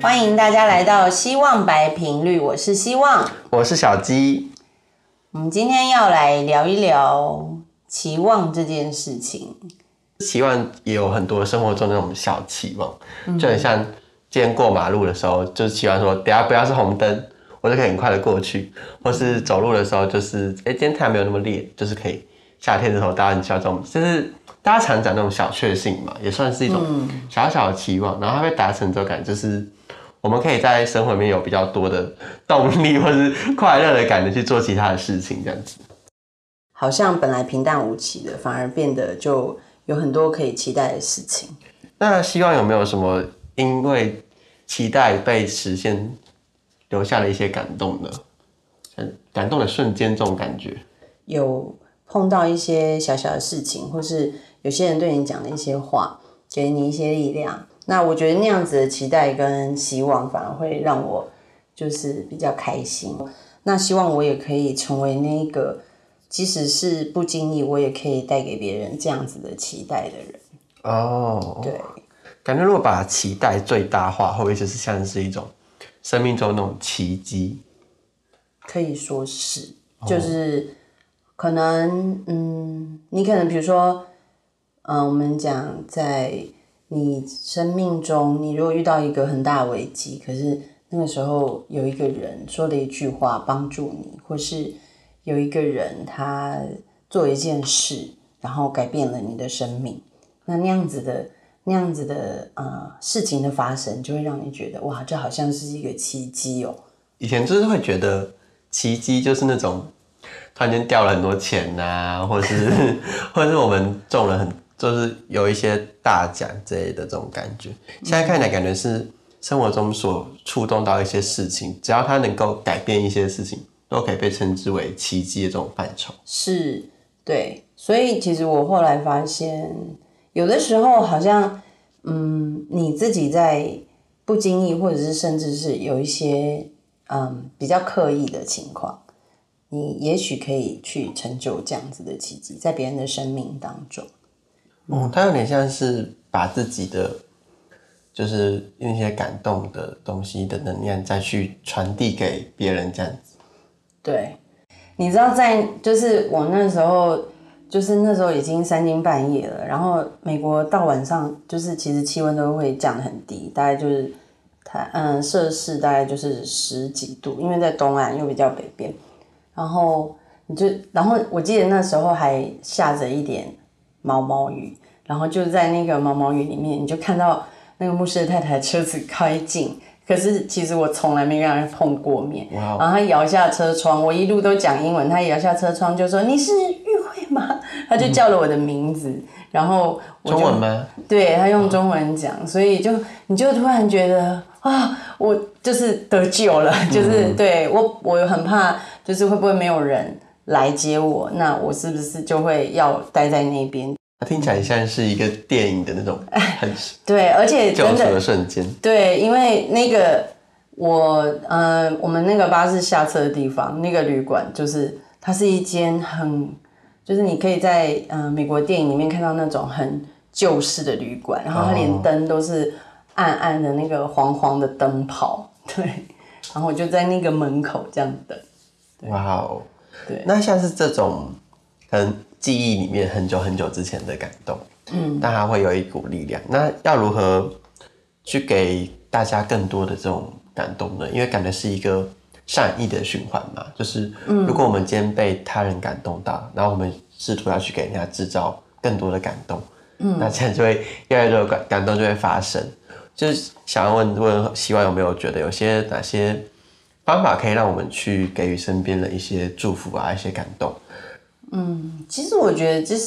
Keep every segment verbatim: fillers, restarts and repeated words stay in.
欢迎大家来到希望白频率，我是希望， 我是小鸡。 我们今天要来聊一聊期望这件事情。 期望也有很多生活中那种小期望，就很像今天过马路的时候，就是期望说等一下不要是红灯，我就可以很快的过去；或是走路的时候，就是哎、欸、今天太阳没有那么烈，就是可以夏天的时候大家很喜欢这种，就是大家常讲那种小确幸嘛，也算是一种小小的期望，然后它被达成之后，感觉就是我们可以在生活里面有比较多的动力或是快乐的感觉去做其他的事情，这样子。 好像本来平淡无奇的，反而变得就有很多可以期待的事情。 那希望有没有什么因为期待被实现留下了一些感动呢？感动的瞬间这种感觉。 有碰到一些小小的事情，或是有些人对你讲的一些话，给你一些力量。那我觉得那样子的期待跟希望反而会让我就是比较开心。那希望我也可以成为那个即使是不经意我也可以带给别人这样子的期待的人。 哦， 对， 感觉如果把期待最大化，会不会就是像是一种生命中那种奇迹？ 可以说是，就是可能嗯，你可能比如说嗯、呃，我们讲在你生命中，你如果遇到一个很大的危机，可是那个时候有一个人说了一句话帮助你，或是有一个人他做一件事，然后改变了你的生命，那那样子的那样子的呃事情的发生，就会让你觉得哇，这好像是一个奇迹哦。 以前就是会觉得奇迹就是那种突然间掉了很多钱啊，或是或者是我们中了很就是有一些大奖之类的这种感觉。现在看起来感觉是生活中所触动到一些事情，只要它能够改变一些事情，都可以被称之为奇迹的这种范畴。 是，对，所以其实我后来发现，有的时候好像，嗯，你自己在不经意，或者是甚至是有一些嗯比较刻意的情况，你也许可以去成就这样子的奇迹，在别人的生命当中。 嗯，它有点像是把自己的就是那些感动的东西的能量再去传递给别人，这样子。 对，你知道在就是我那时候，就是那时候已经三更半夜了，然后美国到晚上就是其实气温都会降得很低，大概就是它嗯摄氏大概就是十几度，因为在东岸又比较北边，然后你就然后我记得那时候还下着一点毛毛雨，然后就在那个毛毛雨里面，你就看到那个牧师的太太车子开进。可是其实我从来没跟人碰过面， Wow. 然后他摇下车窗，我一路都讲英文，他摇下车窗就说你是玉慧吗？他就叫了我的名字，嗯、然后我就中文吗？ 对，他用中文讲，所以就你就突然觉得啊，我就是得救了，就是、嗯、对我我很怕，就是会不会没有人来接我，那我是不是就会要待在那边？ 它听起来像是一个电影的那种很对，而且真的救赎的瞬间。 对，因为那个我呃，我们那个巴士下车的地方，那个旅馆就是它是一间很，就是你可以在呃美国电影里面看到那种很旧式的旅馆，然后它连灯都是暗暗的那个黄黄的灯泡，对，然后我就在那个门口这样等。 哇哦， 对， 那像是这种可能记忆里面很久很久之前的感动，嗯，但它会有一股力量。那要如何去给大家更多的这种感动呢？因为感觉是一个善意的循环嘛，就是如果我们今天被他人感动到，然后我们试图要去给人家制造更多的感动，嗯，那这样就会越来越多的感动就会发生。就是想要问问，希望有没有觉得有些哪些方法可以让我们去给予身边的一些祝福啊，一些感动？ 嗯，其实我觉得就是，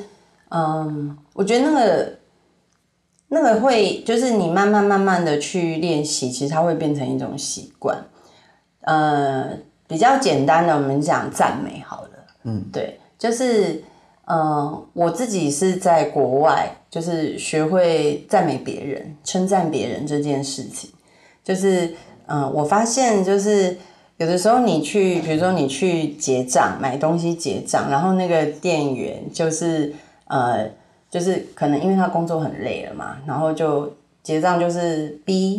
嗯，我觉得那个那个会就是你慢慢慢慢的去练习，其实它会变成一种习惯。呃，比较简单的，我们讲赞美好了，嗯，对，就是呃，我自己是在国外，就是学会赞美别人、称赞别人这件事情，就是嗯、呃，我发现就是。有的时候你去，比如说你去结账买东西结账，然后那个店员就是呃，就是可能因为他工作很累了嘛，然后就结账就是 B B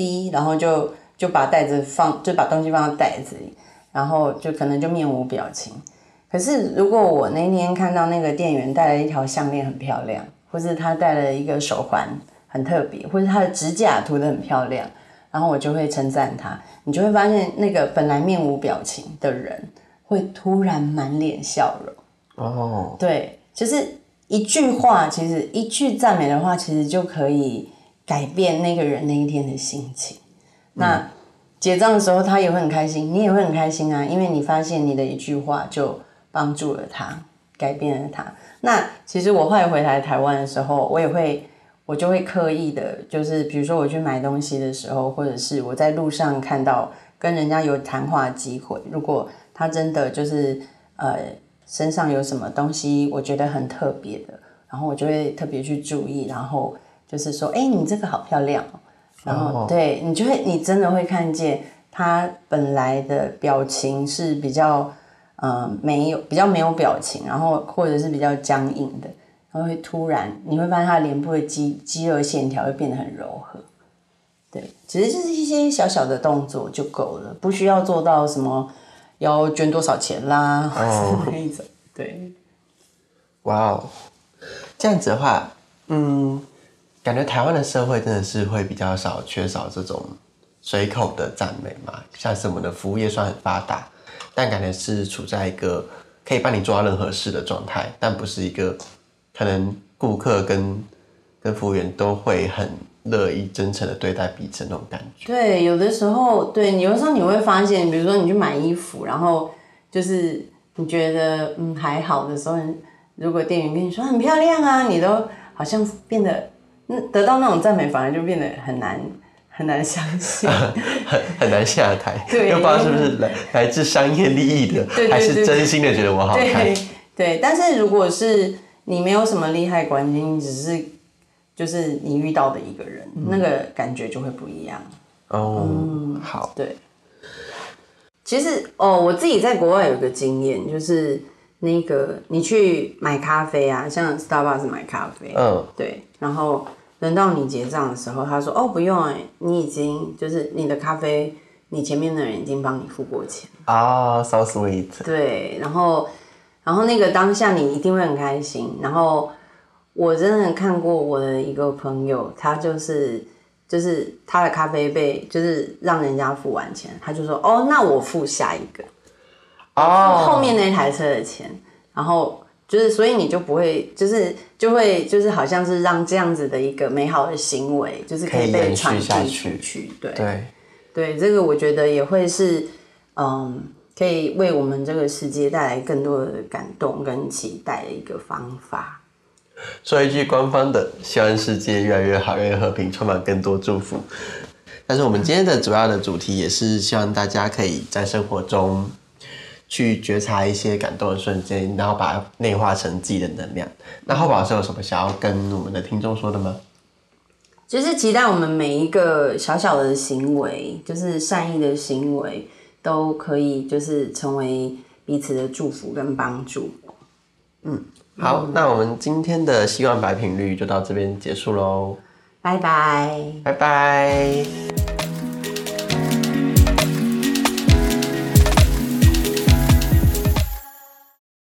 逼，然后就就把袋子放，就把东西放到袋子里，然后就可能就面无表情。可是如果我那天看到那个店员戴了一条项链很漂亮，或是他戴了一个手环很特别，或是他的指甲涂得很漂亮，然后我就会称赞他，你就会发现那个本来面无表情的人会突然满脸笑容。 哦， 对，就是一句话，其实一句赞美的话，其实就可以改变那个人那一天的心情。那结账的时候他也会很开心，你也会很开心啊，因为你发现你的一句话就帮助了他，改变了他。那其实我后来回来台湾的时候，我也会，我就会刻意的，就是比如说我去买东西的时候，或者是我在路上看到跟人家有谈话的机会，如果他真的就是呃身上有什么东西我觉得很特别的，然后我就会特别去注意，然后就是说，哎，你这个好漂亮哦。然后、oh. 对，你就会，你真的会看见他本来的表情是比较，呃，没有比较没有表情，然后或者是比较僵硬的，然后会突然你会发现他脸部的肌肌肉线条会变得很柔和。对，其实就是一些小小的动作就够了，不需要做到什么要捐多少钱啦，或是那一种。对， 哇哦，这样子的话，嗯。感觉台湾的社会真的是会比较少缺少这种随口的赞美嘛，像是我们的服务业算很发达，但感觉是处在一个可以帮你做到任何事的状态，但不是一个可能顾客跟跟服务员都会很乐意真诚的对待彼此那种感觉。 对，有的时候，对，有的时候你会发现，比如说你去买衣服，然后就是你觉得嗯还好的时候，如果店员跟你说很漂亮啊，你都好像变得。得到那种赞美反而就变得很难很难相信很很难下台， 对， 又不知道是不是来来自商业利益的，对对对对，还是真心的觉得我好看。 对，对，但是如果是你没有什么利害关系，你只是就是你遇到的一个人，嗯、那个感觉就会不一样。 哦，嗯、好， 对。其实哦，我自己在国外有个经验，就是那个你去买咖啡啊，像 Starbucks 买咖啡，嗯，对，然后轮到你结账的时候，他说哦不用哎、欸，你已经就是你的咖啡，你前面的人已经帮你付过钱啊、oh, ，so sweet。 对，然后然后那个当下你一定会很开心。然后我真的看过我的一个朋友，他就是就是他的咖啡被就是让人家付完钱，他就说哦那我付下一个。哦，后面那台车的钱，然后就是所以你就不会就是就会就是好像是让这样子的一个美好的行为就是可以被传递出去。对对对，这个我觉得也会是嗯可以为我们这个世界带来更多的感动跟期待的一个方法。 说一句官方的，希望世界越来越好，越来越和平，充满更多祝福。但是我们今天的主要的主题也是希望大家可以在生活中去觉察一些感动的瞬间，然后把它内化成自己的能量。那厚宝老师有什么想要跟我们的听众说的吗？ 就是期待我们每一个小小的行为，就是善意的行为，都可以就是成为彼此的祝福跟帮助。 嗯，好，嗯、那我们今天的希望白频率就到这边结束喽， 拜拜， 拜拜。